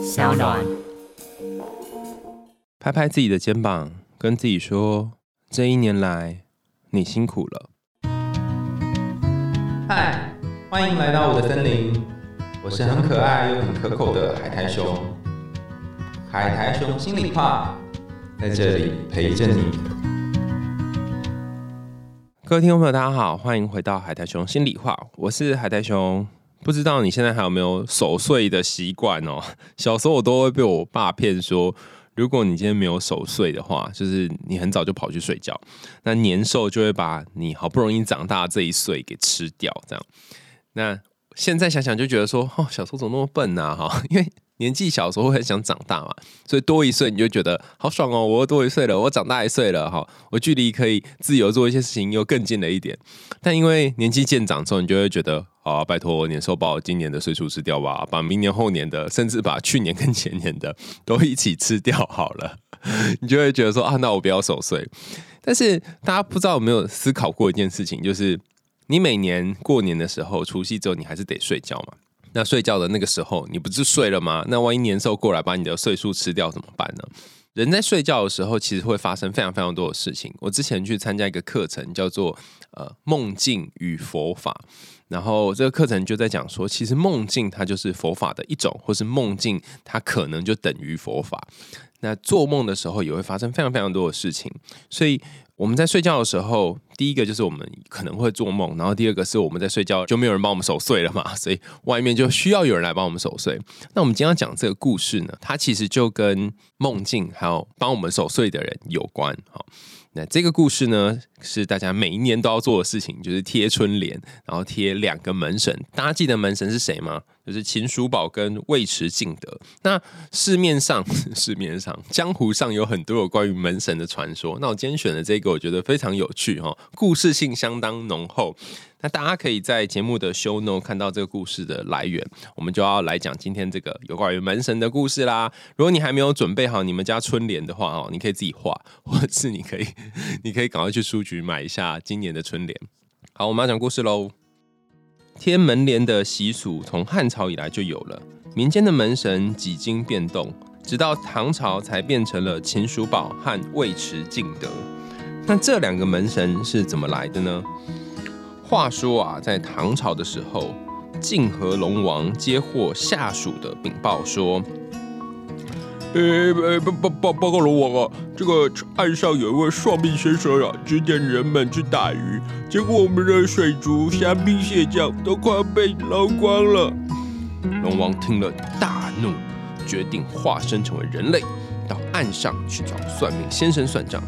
小暖， 拍拍自己的肩膀，跟自己说：这一年来，你辛苦了。 嗨，欢迎来到我的森林，我是很可爱又很可口的海苔熊。海苔熊心里话，在这里陪着你。 各位听众朋友，大家好，欢迎回到海苔熊心里话，我是海苔熊。不知道你现在还有没有守岁的习惯哦？小时候我都会被我爸骗说，如果你今天没有守岁的话，就是你很早就跑去睡觉，那年兽就会把你好不容易长大这一岁给吃掉。这样，那现在想想就觉得说，小时候怎么那么笨啊？因为年纪小的时候会很想长大嘛，所以多一岁你就觉得好爽哦，我又多一岁了，我长大一岁了，我距离可以自由做一些事情又更近了一点。但因为年纪渐长之后，你就会觉得，拜托年兽把我今年的岁数吃掉吧，把明年后年的，甚至把去年跟前年的都一起吃掉好了。你就会觉得说，那我不要守岁。但是大家不知道有没有思考过一件事情，就是你每年过年的时候，除夕之后你还是得睡觉嘛。那睡觉的那个时候，你不是睡了吗？那万一年兽过来把你的岁数吃掉怎么办呢？人在睡觉的时候，其实会发生非常非常多的事情。我之前去参加一个课程，叫做梦境与佛法。然后这个课程就在讲说，其实梦境它就是佛法的一种，或是梦境它可能就等于佛法。那做梦的时候也会发生非常非常多的事情，所以我们在睡觉的时候，第一个就是我们可能会做梦，然后第二个是我们在睡觉就没有人帮我们守岁了嘛，所以外面就需要有人来帮我们守岁。那我们今天要讲这个故事呢，它其实就跟梦境还有帮我们守岁的人有关。那这个故事呢，是大家每一年都要做的事情，就是贴春联，然后贴2个门神。大家记得门神是谁吗？就是秦叔宝跟尉迟敬德。那市面上江湖上有很多有关于门神的传说。那我今天选的这个，我觉得非常有趣，故事性相当浓厚。那大家可以在节目的 show note 看到这个故事的来源，我们就要来讲今天这个有关于门神的故事啦。如果你还没有准备好你们家春联的话，你可以自己画，或者是你可以赶快去书局买一下今年的春联。好，我们要讲故事喽。贴门帘的习俗从汉朝以来就有了，民间的门神几经变动，直到唐朝才变成了秦叔宝和尉迟敬德。那这2个门神是怎么来的呢？话说在唐朝的时候，泾河龙王接获下属的禀报说，报告龙王啊，这个岸上有一位算命先生指点人们去打鱼，结果我们的水族、虾兵蟹将都快要被捞光了。龙王听了大怒，决定化身成为人类，到岸上去找算命先生算账。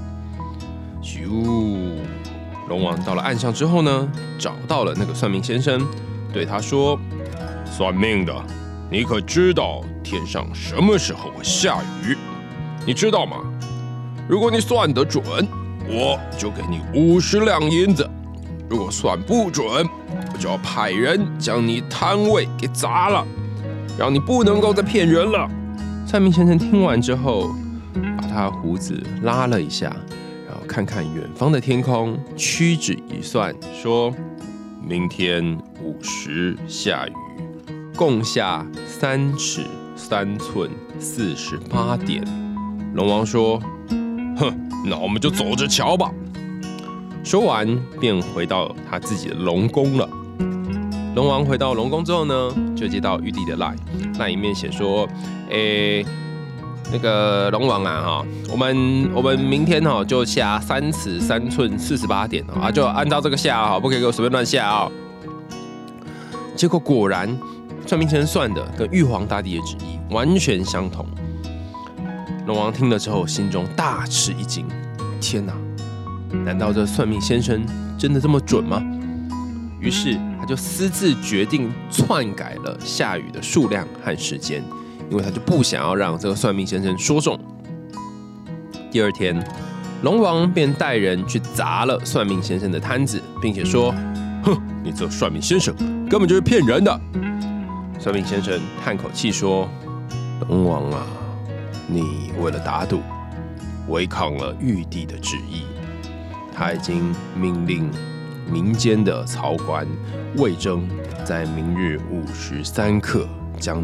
龙王到了岸上之后呢，找到了那个算命先生，对他说：算命的，你可知道天上什么时候会下雨？你知道吗？如果你算得准，我就给你50两银子；如果算不准，我就要派人将你摊位给砸了，让你不能够再骗人了。算命先生听完之后，把他胡子拉了一下，然后看看远方的天空，屈指一算，说：明天午时下雨，共下3尺3寸48点。龙王说：那我们就走着瞧吧。说完便回到他自己的龙宫了。龙王回到龙宫之后呢，就接到玉帝的 line 里面写说：那个龙王啊，我们明天就下3尺3寸48点就按照这个下不可以给我随便乱下结果果然，算命先生算的跟玉皇大帝的旨意完全相同。龙王听了之后，心中大吃一惊：天哪，难道这算命先生真的这么准吗？于是他就私自决定篡改了下雨的数量和时间，因为他就不想要让这个算命先生说中。第2天，龙王便带人去砸了算命先生的摊子，并且说：你这算命先生根本就是骗人的。算命先生叹口气说：龙王啊，你为了打赌，违抗了玉帝的旨意，他已经命令民间的曹官魏征在明日午时3刻将你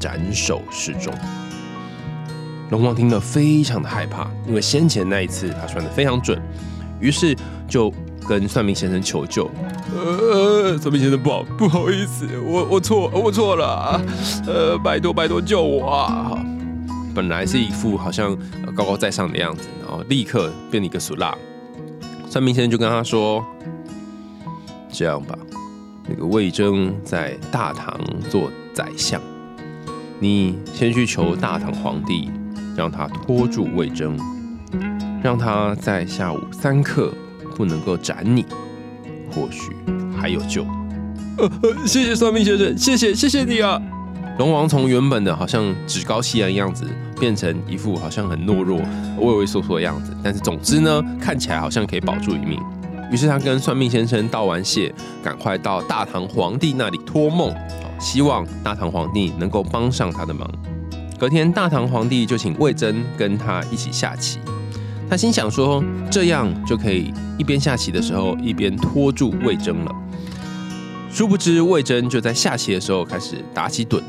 斩首示众。龙王听了非常的害怕，因为先前那一次他算得非常准，于是就跟算命先生求救。算命先生不好意思，我错了，拜托救我啊！本来是一副好像高高在上的样子，然后立刻变了一个俗辣。算命先生就跟他说：“这样吧，那个魏征在大唐做宰相，你先去求大唐皇帝，让他拖住魏征，让他在下午3刻不能够斩你，或许还有救。”谢谢算命先生，谢谢你啊！龙王从原本的好像趾高气扬的样子，变成一副好像很懦弱、畏畏缩缩的样子。但是总之呢，看起来好像可以保住一命。于是他跟算命先生道完谢，赶快到大唐皇帝那里托梦，希望大唐皇帝能够帮上他的忙。隔天，大唐皇帝就请魏征跟他一起下棋。他心想说，这样就可以一边下棋的时候一边拖住魏征了。殊不知，魏征就在下棋的时候开始打起盹，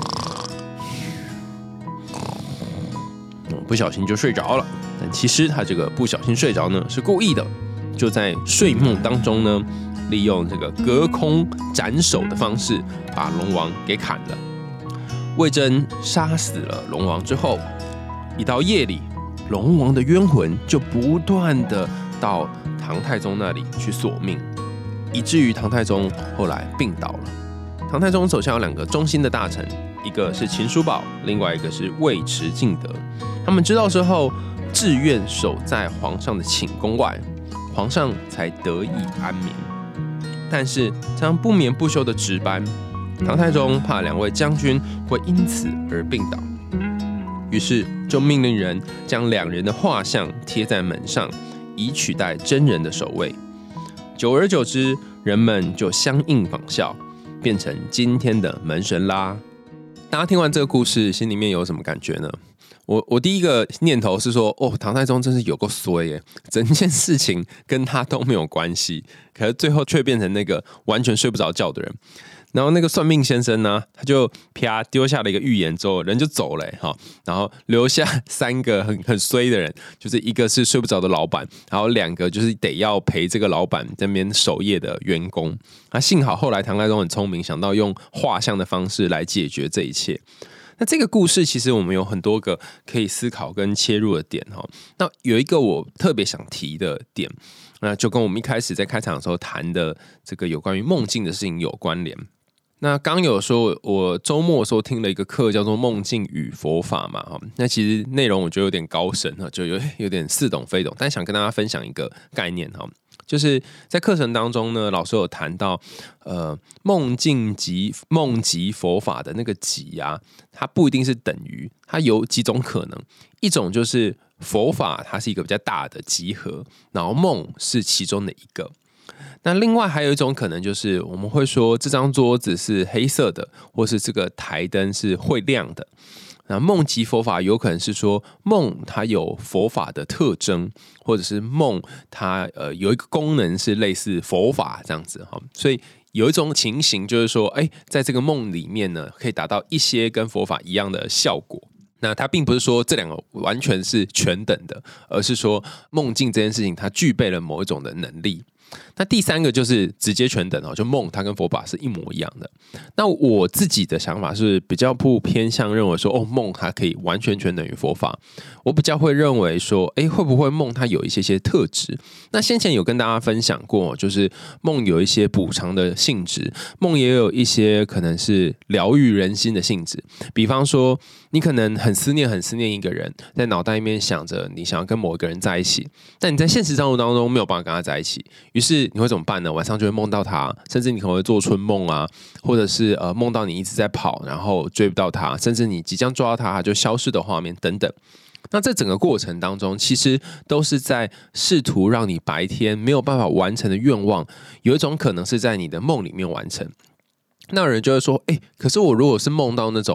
不小心就睡着了。但其实他这个不小心睡着呢，是故意的，就在睡梦当中呢，利用这个隔空斩首的方式，把龙王给砍了。魏征杀死了龙王之后，一到夜里，龙王的冤魂就不断的到唐太宗那里去索命，以至于唐太宗后来病倒了。唐太宗手下有2个忠心的大臣，一个是秦叔宝，另外一个是尉迟敬德。他们知道之后，自愿守在皇上的寝宫外，皇上才得以安眠。但是这样不眠不休的值班，唐太宗怕2位将军会因此而病倒，于是就命令人将2人的画像贴在门上，以取代真人的首位。久而久之，人们就相应仿效，变成今天的门神啦。大家听完这个故事，心里面有什么感觉呢？我第一个念头是说，唐太宗真是有够衰耶，整件事情跟他都没有关系，可是最后却变成那个完全睡不着觉的人。然后那个算命先生呢，他就啪丢下了一个预言之后，人就走了，然后留下3个很衰的人，就是一个是睡不着的老板，然后2个就是得要陪这个老板在那边守夜的员工。幸好后来唐太宗很聪明，想到用画像的方式来解决这一切。那这个故事其实我们有很多个可以思考跟切入的点。那有一个我特别想提的点，那就跟我们一开始在开场的时候谈的这个有关于梦境的事情有关联。那刚有说，我周末的时候听了一个课，叫做《梦境与佛法》嘛，那其实内容我觉得有点高深，就有点似懂非懂，但想跟大家分享一个概念，就是在课程当中呢，老师有谈到，梦境及梦及佛法的那个及啊，它不一定是等于，它有几种可能，一种就是佛法它是一个比较大的集合，然后梦是其中的一个。那另外还有一种可能，就是我们会说这张桌子是黑色的，或是这个台灯是会亮的。那梦及佛法有可能是说梦它有佛法的特征，或者是梦它有一个功能是类似佛法这样子。所以有一种情形就是说，在这个梦里面呢，可以达到一些跟佛法一样的效果。那它并不是说这2个完全是全等的，而是说梦境这件事情它具备了某一种的能力。那第3个就是直接全等，就梦它跟佛法是一模一样的。那我自己的想法是比较不偏向认为说，梦它可以完全全等于佛法。我比较会认为说，会不会梦它有一些特质？那先前有跟大家分享过，就是梦有一些补偿的性质，梦也有一些可能是疗愈人心的性质。比方说，你可能很思念一个人，在脑袋里面想着你想要跟某一个人在一起，但你在现实生活当中没有办法跟他在一起，于是你会怎么办呢？晚上就会梦到他，甚至你可能会做春梦啊，或者是梦到你一直在跑，然后追不到他，甚至你即将抓到他就消失的画面等等。那这整个过程当中，其实都是在试图让你白天没有办法完成的愿望，有一种可能是在你的梦里面完成。那有人就会说，可是我如果是梦到那种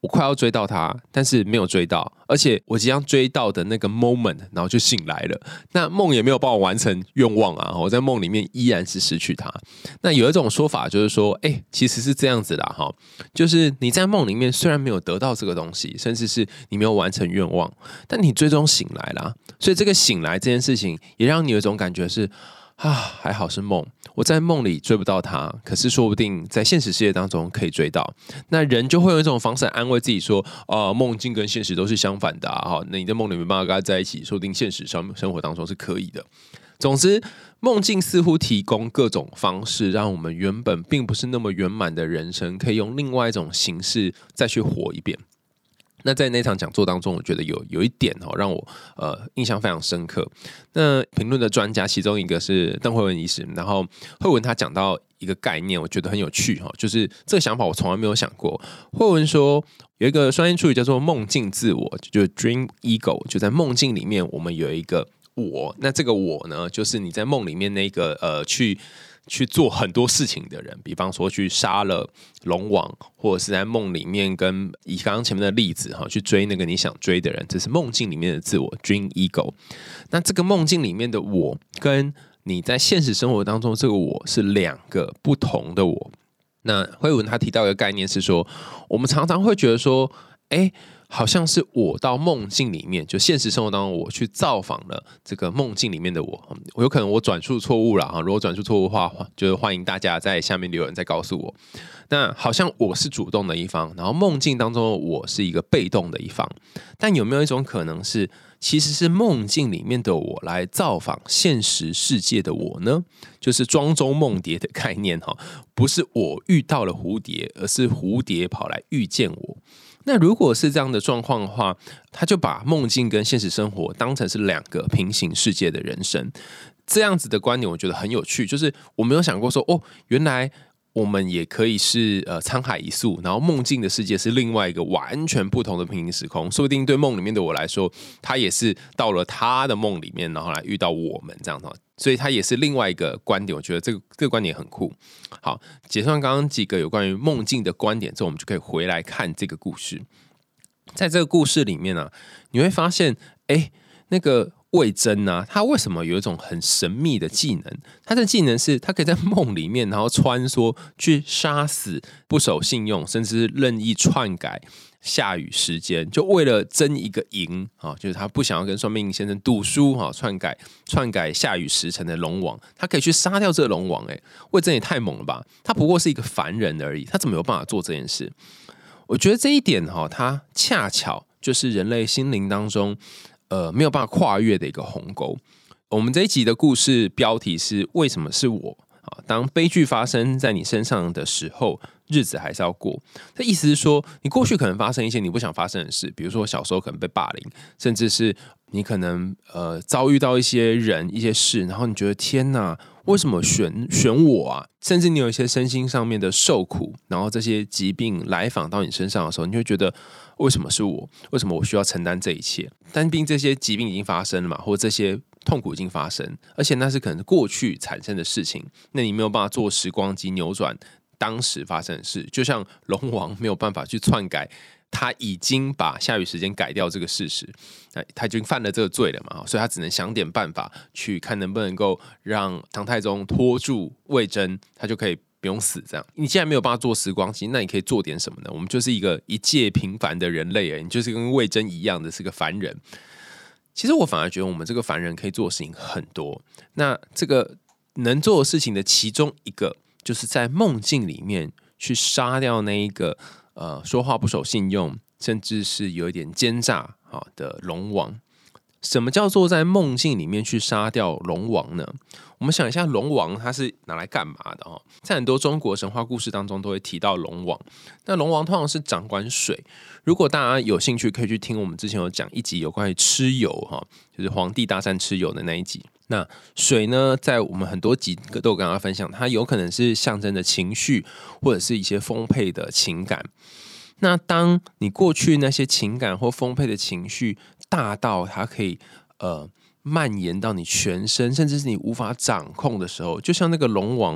我快要追到他，但是没有追到，而且我即将追到的那个 moment， 然后就醒来了。那梦也没有帮我完成愿望啊，我在梦里面依然是失去他。那有一种说法就是说，其实是这样子啦，就是你在梦里面虽然没有得到这个东西，甚至是你没有完成愿望，但你最终醒来啦。所以这个醒来这件事情，也让你有一种感觉是还好是梦，我在梦里追不到他，可是说不定在现实世界当中可以追到。那人就会有一种方式安慰自己说，梦境跟现实都是相反的那你在梦里没办法跟他在一起，说不定现实生活当中是可以的。总之，梦境似乎提供各种方式，让我们原本并不是那么圆满的人生，可以用另外一种形式再去活一遍。那在那场讲座当中，我觉得有一点让我印象非常深刻。那评论的专家其中一个是邓惠文医师，然后惠文他讲到一个概念，我觉得很有趣就是这个想法我从来没有想过。惠文说有一个专业术语叫做梦境自我，就是 dream ego， 就在梦境里面我们有一个我，那这个我呢，就是你在梦里面那个去做很多事情的人，比方说去杀了龙王，或者是在梦里面跟以刚刚前面的例子去追那个你想追的人，这是梦境里面的自我 dream ego。 那这个梦境里面的我跟你在现实生活当中这个我是两个不同的我。那惠文他提到一个概念是说，我们常常会觉得说好像是我到梦境里面，就现实生活当中我去造访了这个梦境里面的我有可能我转述错误了如果转述错误的话，就是欢迎大家在下面留言再告诉我。那好像我是主动的一方，然后梦境当中我是一个被动的一方，但有没有一种可能是，其实是梦境里面的我来造访现实世界的我呢？就是庄周梦蝶的概念不是我遇到了蝴蝶，而是蝴蝶跑来遇见我。那如果是这样的状况的话，他就把梦境跟现实生活当成是两个平行世界的人生。这样子的观点我觉得很有趣，就是我没有想过说原来我们也可以是沧海一粟，然后梦境的世界是另外一个完全不同的平行时空，说不定对梦里面的我来说，他也是到了他的梦里面，然后来遇到我们这样子，所以他也是另外一个观点。我觉得这个观点很酷。好，结算刚刚几个有关于梦境的观点之后，我们就可以回来看这个故事。在这个故事里面你会发现那个魏征他为什么有一种很神秘的技能？他的技能是他可以在梦里面，然后穿梭去杀死不守信用，甚至是任意篡改下雨时间，就为了争一个赢就是他不想要跟算命先生赌输篡改下雨时辰的龙王，他可以去杀掉这个龙王。魏征也太猛了吧！他不过是一个凡人而已，他怎么有办法做这件事？我觉得这一点他恰巧就是人类心灵当中没有办法跨越的一个鸿沟。我们这一集的故事标题是为什么是我？当悲剧发生在你身上的时候，日子还是要过。这意思是说，你过去可能发生一些你不想发生的事，比如说小时候可能被霸凌，甚至是你可能遭遇到一些人一些事，然后你觉得天哪，为什么选我啊？甚至你有一些身心上面的受苦，然后这些疾病来访到你身上的时候，你就会觉得为什么是我？为什么我需要承担这一切？但毕竟这些疾病已经发生了嘛，或者这些痛苦已经发生，而且那是可能过去产生的事情，那你没有办法做时光机扭转当时发生的事，就像龙王没有办法去篡改他已经把下雨时间改掉这个事实，他已经犯了这个罪了嘛，所以他只能想点办法去看能不能够让唐太宗拖住魏征，他就可以不用死。这样，你既然没有办法做时光机，那你可以做点什么呢？我们就是一介平凡的人类而已，你就是跟魏征一样的是个凡人。其实我反而觉得我们这个凡人可以做的事情很多，那这个能做的事情的其中一个，就是在梦境里面去杀掉那一个说话不守信用，甚至是有一点奸诈的龙王。什么叫做在梦境里面去杀掉龙王呢？我们想一下，龙王他是拿来干嘛的？在很多中国神话故事当中都会提到龙王。那龙王通常是掌管水。如果大家有兴趣，可以去听我们之前有讲一集有关于蚩尤，就是皇帝大战蚩尤的那一集。那水呢，在我们很多集都有跟大家分享，它有可能是象征的情绪，或者是一些丰沛的情感。那当你过去那些情感或丰沛的情绪大到它可以蔓延到你全身，甚至是你无法掌控的时候，就像那个龙王，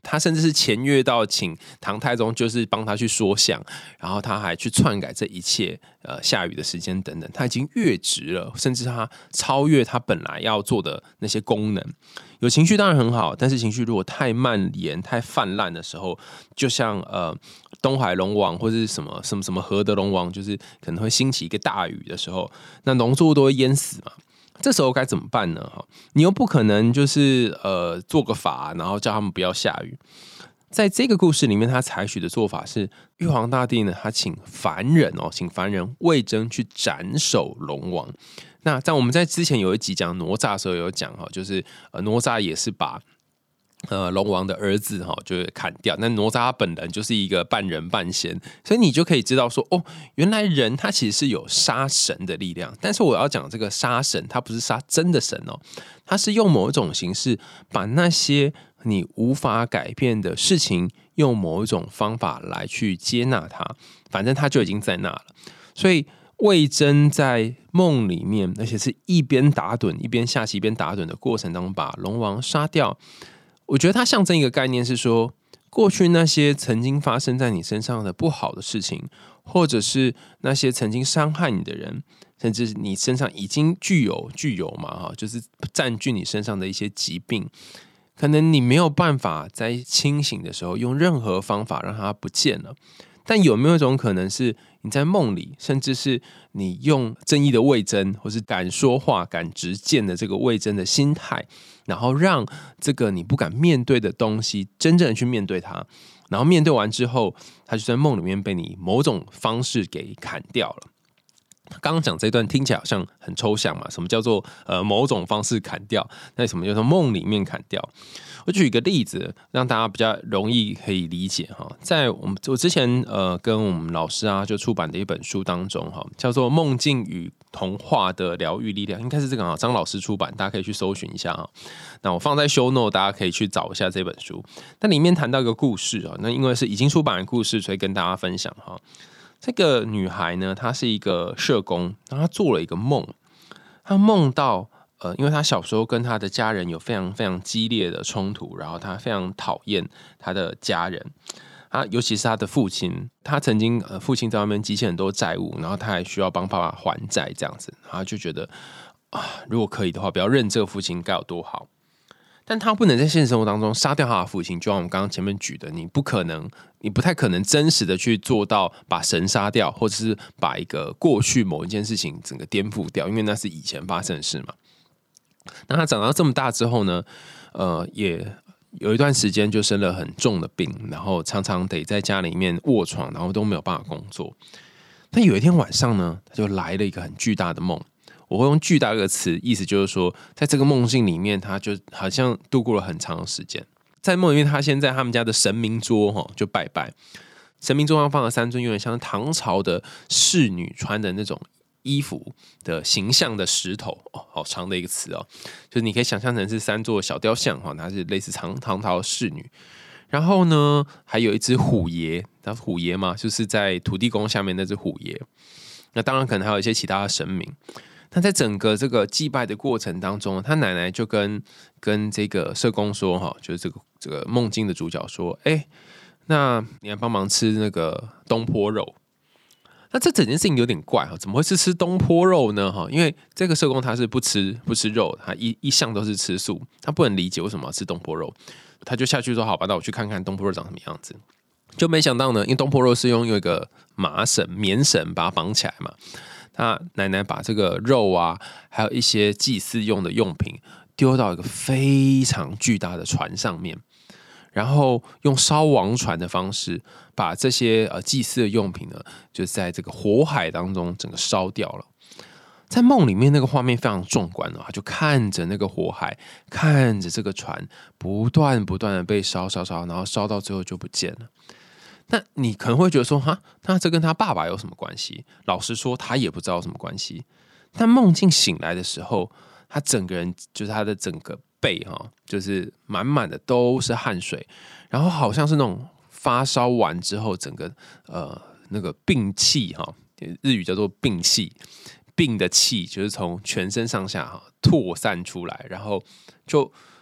他甚至是签约到请唐太宗就是帮他去说相，然后他还去篡改这一切下雨的时间等等，他已经越值了，甚至他超越他本来要做的那些功能。有情绪当然很好，但是情绪如果太蔓延、太泛滥的时候，就像东海龙王或者是什么河的龙王，就是可能会兴起一个大雨的时候，那农作物都会淹死嘛。这时候该怎么办呢？你又不可能就是做个法，然后叫他们不要下雨。在这个故事里面，他采取的做法是，玉皇大帝呢，他请凡人魏征去斩首龙王。那在我们在之前有一集讲哪吒的时候有讲就是哪吒也是把龙王的儿子就是砍掉，那哪吒他本人就是一个半人半仙，所以你就可以知道说，原来人他其实是有杀神的力量。但是我要讲这个杀神，他不是杀真的神他是用某一种形式把那些你无法改变的事情，用某一种方法来去接纳它，反正他就已经在那了。所以魏征在梦里面，而且是一边打盹一边下棋一边打盹的过程当中，把龙王杀掉。我觉得它象征一个概念是说，过去那些曾经发生在你身上的不好的事情，或者是那些曾经伤害你的人，甚至你身上已经具有嘛，就是占据你身上的一些疾病，可能你没有办法在清醒的时候用任何方法让它不见了。但有没有一种可能是你在梦里，甚至是你用正义的魏征，或是敢说话敢直谏的这个魏征的心态，然后让这个你不敢面对的东西真正的去面对它，然后面对完之后，它就在梦里面被你某种方式给砍掉了。刚刚讲这段听起来好像很抽象嘛，什么叫做某种方式砍掉？那什么叫做梦里面砍掉？我举一个例子，让大家比较容易可以理解哈。在我之前跟我们老师就出版的一本书当中叫做《梦境与童话的疗愈力量》，应该是这个张老师出版，大家可以去搜寻一下哈。那我放在 show note， 大家可以去找一下这本书。那里面谈到一个故事那因为是已经出版的故事，所以跟大家分享哈。这个女孩呢，她是一个社工，然后她做了一个梦，她梦到因为她小时候跟她的家人有非常非常激烈的冲突，然后她非常讨厌她的家人，尤其是她的父亲，她曾经父亲在外面积欠很多债务，然后她还需要帮爸爸还债这样子，然后就觉得如果可以的话，不要认这个父亲该有多好。但他不能在现实生活当中杀掉他的父亲，就像我们刚刚前面举的，你不太可能真实的去做到把神杀掉，或者是把一个过去某一件事情整个颠覆掉，因为那是以前发生的事嘛。那他长到这么大之后呢，也有一段时间就生了很重的病，然后常常得在家里面卧床，然后都没有办法工作。但有一天晚上呢，他就来了一个很巨大的梦。我会用巨大这个词，意思就是说，在这个梦境里面，他就好像度过了很长的时间。在梦里面，他先在他们家的神明桌就拜拜，神明桌上放了3尊有点像唐朝的侍女穿的那种衣服的形象的石头好长的一个词就是你可以想象成是3座小雕像它是类似唐朝的侍女。然后呢，还有一只虎爷，它是虎爷嘛，就是在土地公下面那只虎爷。那当然可能还有一些其他的神明。那在整个这个祭拜的过程当中，他奶奶就跟这个社工说就是这个梦境的主角说，那你来帮忙吃那个东坡肉。那这整件事情有点怪怎么会是吃东坡肉呢？因为这个社工他是不吃肉，他一向都是吃素，他不能理解为什么要吃东坡肉，他就下去说好吧，那我去看看东坡肉长什么样子。就没想到呢，因为东坡肉是用一个麻绳、棉绳把它绑起来嘛。他奶奶把这个肉还有一些祭祀用的用品丢到一个非常巨大的船上面，然后用烧王船的方式把这些祭祀的用品呢，就在这个火海当中整个烧掉了。在梦里面那个画面非常壮观他就看着那个火海，看着这个船不断的被烧，然后烧到最后就不见了。那你可能会觉得说那这跟他爸爸有什么关系？老实说他也不知道有什么关系。但梦境醒来的时候，他整个人就是他的整个背就是满满的都是汗水，然后好像是那种发烧完之后整个那个病气日语叫做病气，病的气就是从全身上下扩散出来，然后就不知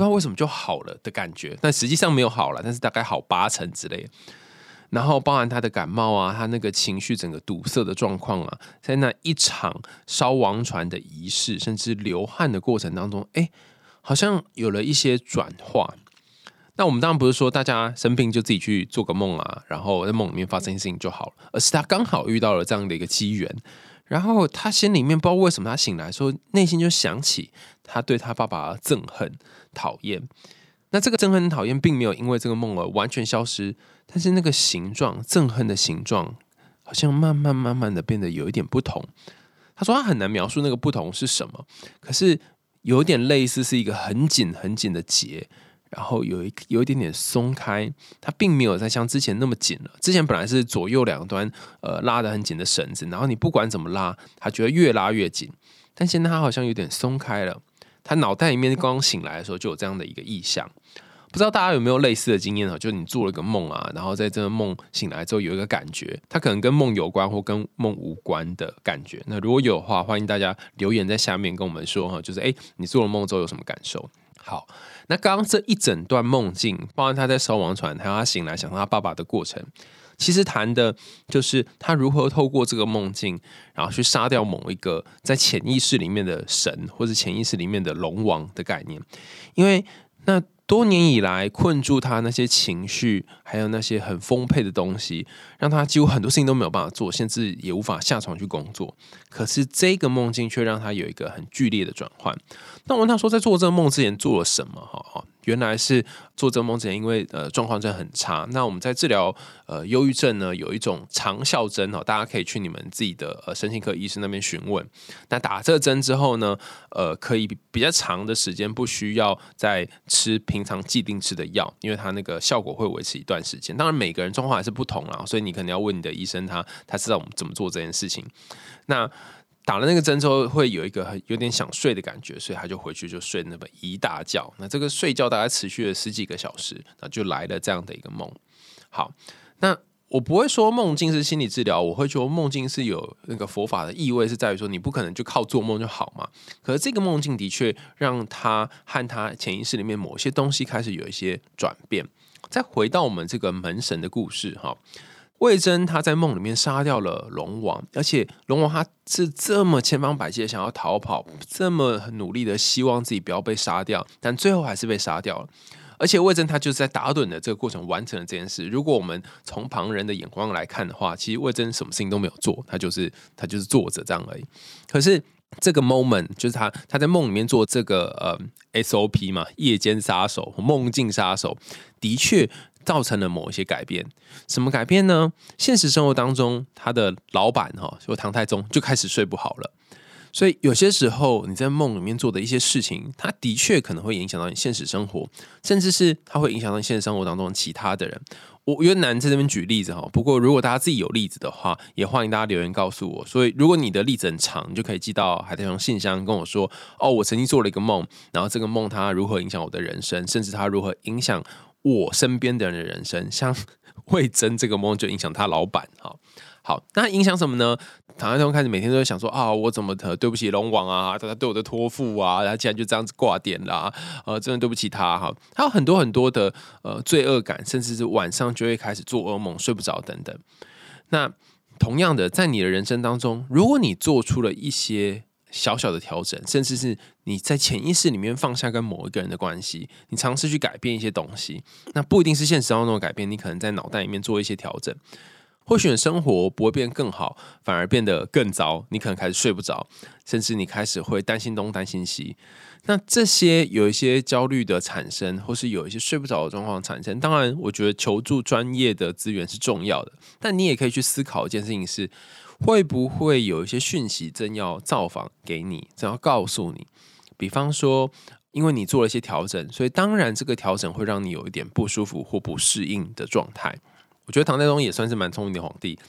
知道为什么就好了的感觉，但实际上没有好了，但是大概好80%之类的。然后包含他的感冒啊，他那个情绪整个堵塞的状况啊，在那一场烧王船的仪式，甚至流汗的过程当中，好像有了一些转化。那我们当然不是说大家生病就自己去做个梦啊，然后在梦里面发生一些事情就好了，而是他刚好遇到了这样的一个机缘，然后他心里面不知道为什么他醒来的时候，内心就想起他对他爸爸的憎恨、讨厌。那这个憎恨、讨厌并没有因为这个梦而完全消失，但是那个形状，憎恨的形状，好像慢慢的变得有一点不同。他说他很难描述那个不同是什么，可是有点类似是一个很紧很紧的结，然后有一点点松开，它并没有再像之前那么紧了。之前本来是左右两端拉得很紧的绳子，然后你不管怎么拉，它觉得越拉越紧，但现在它好像有点松开了。他脑袋里面刚刚醒来的时候就有这样的一个意象，不知道大家有没有类似的经验，就是你做了个梦啊，然后在这个梦醒来之后有一个感觉，它可能跟梦有关或跟梦无关的感觉。那如果有的话，欢迎大家留言在下面跟我们说，就是你做了梦之后有什么感受。好，那刚刚这一整段梦境，包含他在烧王船还有他醒来想到他爸爸的过程，其实谈的就是他如何透过这个梦境，然后去杀掉某一个在潜意识里面的神，或是潜意识里面的龙王的概念。因为那多年以来困住他那些情绪，还有那些很丰沛的东西，让他几乎很多事情都没有办法做，甚至也无法下床去工作。可是这个梦境却让他有一个很剧烈的转换。那我问他说，在做这个梦之前做了什么？原来是做这个梦之前，因为状况真的很差。那我们在治疗忧郁症呢，有一种长效针大家可以去你们自己的身心科医师那边询问。那打这个针之后呢，可以比较长的时间不需要再吃平常既定吃的药，因为它那个效果会维持一段时间。当然每个人状况还是不同啦，所以你可能要问你的医生，他知道我们怎么做这件事情。那打了那个针之后，会有一个有点想睡的感觉，所以他就回去就睡那么一大觉。那这个睡觉大概持续了10几个小时，那就来了这样的一个梦。好，那我不会说梦境是心理治疗，我会说梦境是有那个佛法的意味，是在于说你不可能就靠做梦就好嘛。可是这个梦境的确让他和他潜意识里面某些东西开始有一些转变。再回到我们这个门神的故事哈。魏征他在梦里面杀掉了龙王，而且龙王他是这么千方百计的想要逃跑，这么努力的希望自己不要被杀掉，但最后还是被杀掉了。而且魏征他就是在打盹的这个过程完成了这件事。如果我们从旁人的眼光来看的话，其实魏征什么事情都没有做，他就是坐着这样而已。可是这个 moment 就是他在梦里面做这个SOP 嘛，夜间杀手、梦境杀手，的确造成了某一些改变。什么改变呢？现实生活当中，他的老板就唐太宗就开始睡不好了。所以有些时候你在梦里面做的一些事情，它的确可能会影响到你现实生活，甚至是它会影响到你现实生活当中其他的人。我有点难在这边举例子，不过如果大家自己有例子的话，也欢迎大家留言告诉我。所以如果你的例子很长，你就可以寄到海苔熊信箱跟我说，我曾经做了一个梦，然后这个梦它如何影响我的人生，甚至它如何影响我身边的人的人生。像魏征这个梦就影响他老板。好，那影响什么呢？唐太宗开始每天都会想说我怎么对不起龙王啊，他对我的托付啊，他竟然就这样子挂点啦，真的对不起他哈。还有很多很多的罪恶感，甚至是晚上就会开始做噩梦、睡不着等等。那同样的，在你的人生当中，如果你做出了一些小小的调整，甚至是你在潜意识里面放下跟某一个人的关系，你尝试去改变一些东西，那不一定是现实当中的改变，你可能在脑袋里面做一些调整。或许你生活不会变更好，反而变得更糟。你可能开始睡不着，甚至你开始会担心东担心西。那这些有一些焦虑的产生，或是有一些睡不着的状况产生，当然我觉得求助专业的资源是重要的，但你也可以去思考一件事情是，会不会有一些讯息正要造访给你，正要告诉你。比方说因为你做了一些调整，所以当然这个调整会让你有一点不舒服或不适应的状态。我觉得唐太宗也算是蛮聪明的皇帝，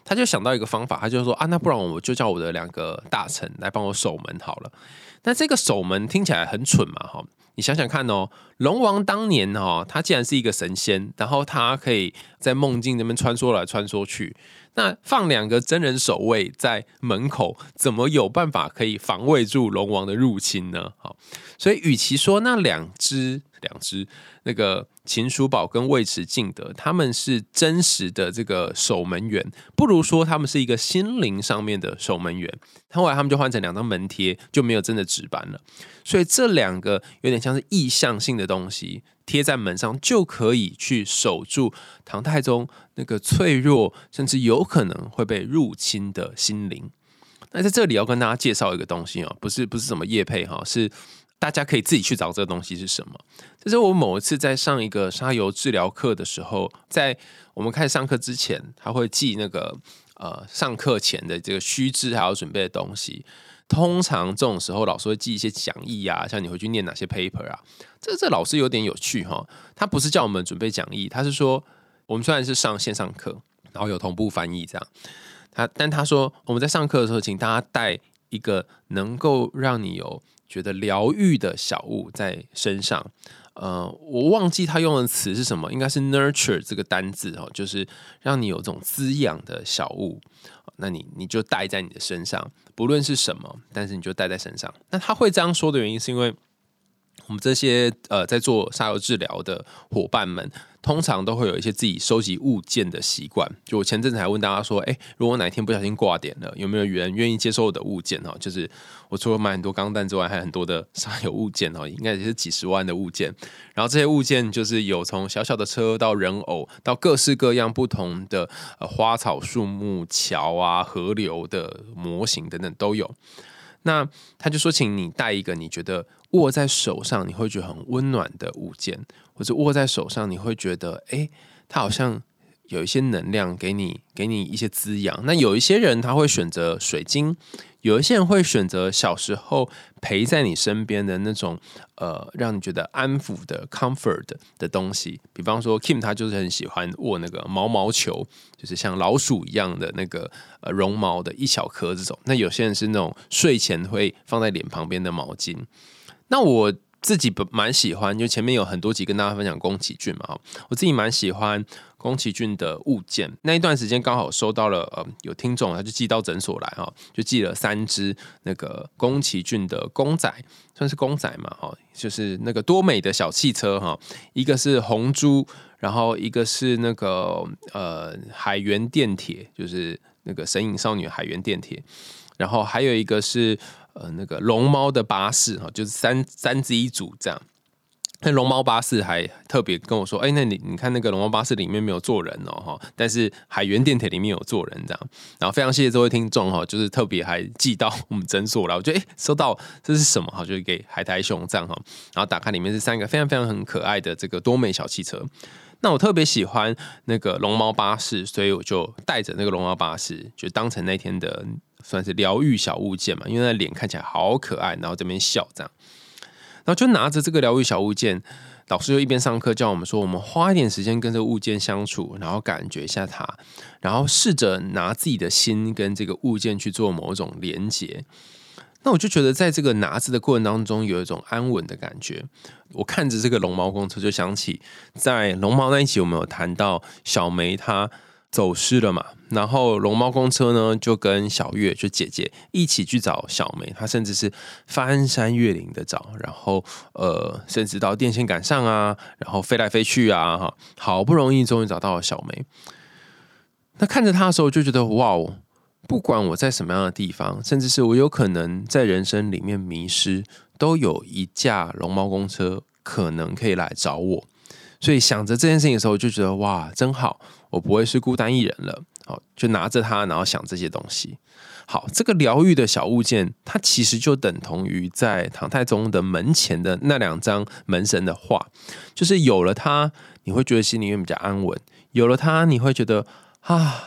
他就想到一个方法，他就说啊，那不然我就叫我的2个大臣来帮我守门好了。那这个守门听起来很蠢嘛，哈。你想想看哦，龙王当年他既然是一个神仙，然后他可以在梦境那边穿梭来穿梭去，那放2个真人守卫在门口，怎么有办法可以防卫住龙王的入侵呢？好，所以与其说那两只那个秦叔宝跟尉迟敬德他们是真实的这个守门员，不如说他们是一个心灵上面的守门员。后来他们就换成2张门贴，就没有真的纸板了。所以这2个有点像是意象性的东西贴在门上，就可以去守住唐太宗那个脆弱甚至有可能会被入侵的心灵。那在这里要跟大家介绍一个东西不是什么业配是大家可以自己去找这个东西是什么。这是我某一次在上一个沙游治疗课的时候，在我们开始上课之前，他会记那个上课前的这个须知还要准备的东西。通常这种时候老师会记一些讲义啊，像你回去念哪些 paper 啊。这老师有点有趣他不是叫我们准备讲义，他是说我们虽然是上线上课，然后有同步翻译这样，但他说我们在上课的时候，请大家带一个能够让你有觉得疗愈的小物在身上。我忘记他用的词是什么，应该是 nurture 这个单字就是让你有这种滋养的小物。那你就带在你的身上，不论是什么，但是你就带在身上。那他会这样说的原因，是因为我们这些在做沙游治疗的伙伴们，通常都会有一些自己收集物件的习惯。就我前阵子还问大家说，如果哪一天不小心挂点了，有没有人愿意接收我的物件就是我除了买很多钢弹之外，还有很多的沙游物件应该也是几十万的物件。然后这些物件就是有从小小的车到人偶，到各式各样不同的花草树木、桥啊、河流的模型等等都有。那他就说，请你带一个你觉得握在手上你会觉得很温暖的物件，或者握在手上你会觉得它好像有一些能量给你一些滋养。那有一些人他会选择水晶，有一些人会选择小时候陪在你身边的那种让你觉得安抚的 comfort 的东西。比方说 Kim 他就是很喜欢握那个毛毛球，就是像老鼠一样的那个绒毛的一小颗这种。那有些人是那种睡前会放在脸旁边的毛巾。那我自己蛮喜欢，就前面有很多集跟大家分享宫崎骏嘛，我自己蛮喜欢宫崎骏的物件。那一段时间刚好收到了有听众他就寄到诊所来就寄了3只那个宫崎骏的公仔，算是公仔嘛就是那个多美的小汽车一个是红猪，然后一个是那个海原电铁，就是那个神隐少女海原电铁，然后还有一个是那个龙猫的巴士就是三只一组这样。那龙猫巴士还特别跟我说，那你看那个龙猫巴士里面没有坐人但是海原电铁里面有坐人这样。然后非常谢谢这位听众就是特别还寄到我们诊所来，我觉得收到这是什么就是给海苔熊这样然后打开里面是3个非常非常很可爱的这个多美小汽车。那我特别喜欢那个龙猫巴士，所以我就带着那个龙猫巴士，就当成那天的算是疗愈小物件嘛，因为那脸看起来好可爱，然后这边笑这样。然后就拿着这个疗愈小物件，老师就一边上课叫我们说，我们花一点时间跟这个物件相处，然后感觉一下它，然后试着拿自己的心跟这个物件去做某种连结。那我就觉得在这个拿着的过程当中有一种安稳的感觉。我看着这个龙猫公车就想起在龙猫那一集我们有谈到小梅她走失了嘛，然后龙猫公车呢就跟小月就姐姐一起去找小梅，她甚至是翻山越岭的找，然后甚至到电线杆上啊，然后飞来飞去啊，好不容易终于找到了小梅。那看着她的时候就觉得哇哦，不管我在什么样的地方，甚至是我有可能在人生里面迷失，都有一架龙猫公车可能可以来找我。所以想着这件事情的时候，就觉得哇，真好，我不会是孤单一人了。好，就拿着它，然后想这些东西。好，这个疗愈的小物件，它其实就等同于在唐太宗的门前的那2张门神的画，就是有了它，你会觉得心里面比较安稳；有了它，你会觉得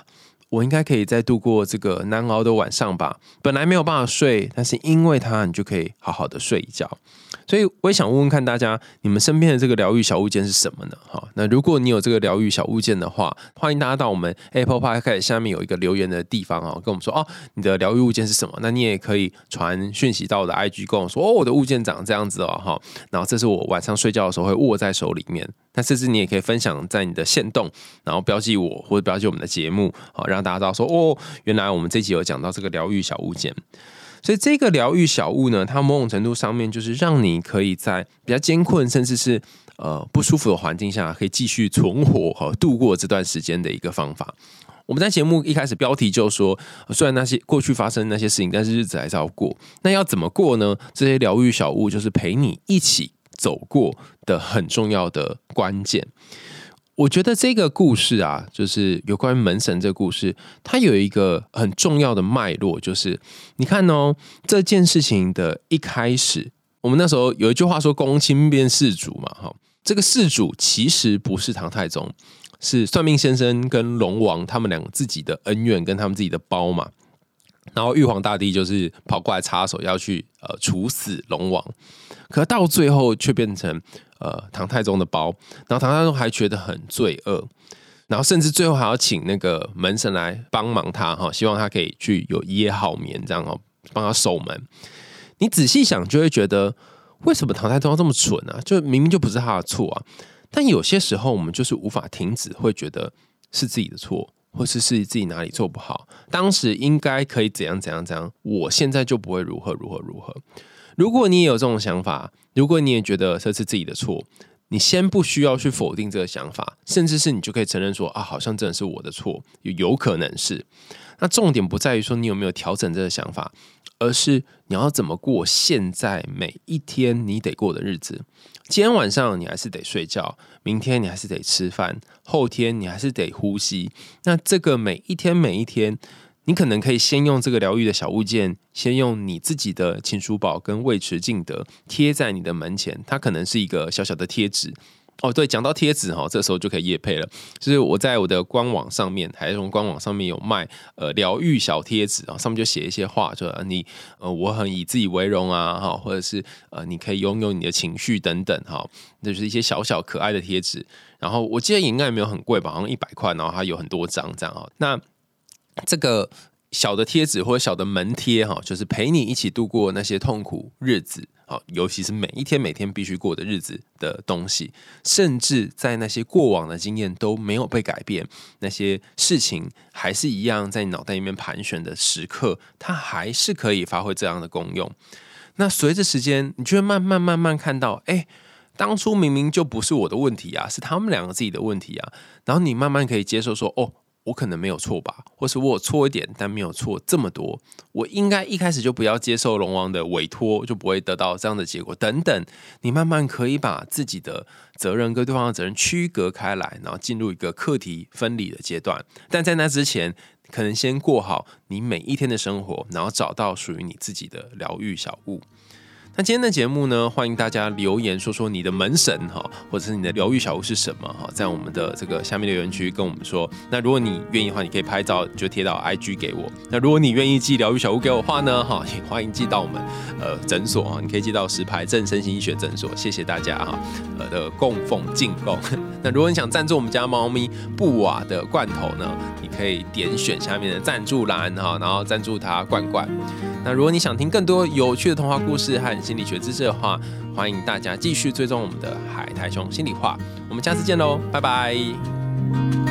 我应该可以再度过这个难熬的晚上吧。本来没有办法睡，但是因为它，你就可以好好的睡一觉。所以我也想问问看大家，你们身边的这个疗愈小物件是什么呢？那如果你有这个疗愈小物件的话，欢迎大家到我们 Apple Podcast 下面有一个留言的地方跟我们说你的疗愈物件是什么？那你也可以传讯息到我的 IG 跟我说我的物件长这样子然后这是我晚上睡觉的时候会握在手里面。那甚至你也可以分享在你的限动，然后标记我或者标记我们的节目，让大家知道说原来我们这集有讲到这个疗愈小物件。所以这个疗愈小物呢，它某种程度上面就是让你可以在比较艰困甚至是不舒服的环境下，可以继续存活度过这段时间的一个方法。我们在节目一开始标题就说，虽然那些过去发生那些事情，但是日子还是要过。那要怎么过呢？这些疗愈小物就是陪你一起走过的很重要的关键。我觉得这个故事就是有关于门神这个故事，它有一个很重要的脉络，就是你看这件事情的一开始，我们那时候有一句话说公亲变事主嘛，这个事主其实不是唐太宗，是算命先生跟龙王他们两个自己的恩怨跟他们自己的包嘛。然后玉皇大帝就是跑过来插手要去处死龙王，可到最后却变成唐太宗的包，然后唐太宗还觉得很罪恶，然后甚至最后还要请那个门神来帮忙他希望他可以去有一夜好眠，这样帮他守门。你仔细想就会觉得，为什么唐太宗要这么蠢啊？就明明就不是他的错啊！但有些时候我们就是无法停止，会觉得是自己的错，或是自己哪里做不好，当时应该可以怎样怎样怎样，我现在就不会如何如何如何。如果你也有这种想法，如果你也觉得这是自己的错，你先不需要去否定这个想法，甚至是你就可以承认说好像真的是我的错，有可能是。那重点不在于说你有没有调整这个想法，而是你要怎么过现在每一天你得过的日子。今天晚上你还是得睡觉，明天你还是得吃饭，后天你还是得呼吸。那这个每一天每一天，你可能可以先用这个疗愈的小物件，先用你自己的秦叔宝跟尉迟敬德贴在你的门前，它可能是一个小小的贴纸。对，讲到贴纸这时候就可以业配了。就是我在我的官网上面，还是从官网上面有卖疗愈小贴纸上面就写一些话，就我很以自己为荣或者是你可以拥有你的情绪等等就是一些小小可爱的贴纸。然后我记得应该也没有很贵吧，好像100块，然后它有很多张这样那这个小的贴纸或者小的门贴就是陪你一起度过那些痛苦日子，尤其是每一天每天必须过的日子的东西，甚至在那些过往的经验都没有被改变，那些事情还是一样在你脑袋里面盘旋的时刻，它还是可以发挥这样的功用。那随着时间，你就会慢慢看到，当初明明就不是我的问题是他们两个自己的问题然后你慢慢可以接受说，我可能没有错吧，或是我有错一点，但没有错这么多。我应该一开始就不要接受龙王的委托，就不会得到这样的结果。等等，你慢慢可以把自己的责任跟对方的责任区隔开来，然后进入一个课题分离的阶段。但在那之前，可能先过好你每一天的生活，然后找到属于你自己的疗愈小物。那今天的节目呢，欢迎大家留言说说你的门神或者是你的疗愈小物是什么在我们的这个下面留言区跟我们说。那如果你愿意的话，你可以拍照就贴到 IG 给我。那如果你愿意寄疗愈小物给我的话呢，也欢迎寄到我们诊所你可以寄到石牌正身心医学诊所。谢谢大家的供奉进贡。那如果你想赞助我们家猫咪布瓦的罐头呢，你可以点选下面的赞助栏然后赞助它罐罐。那如果你想听更多有趣的童话故事和心理学知识的话，欢迎大家继续追踪我们的海苔熊心里话。我们下次见喽，拜拜。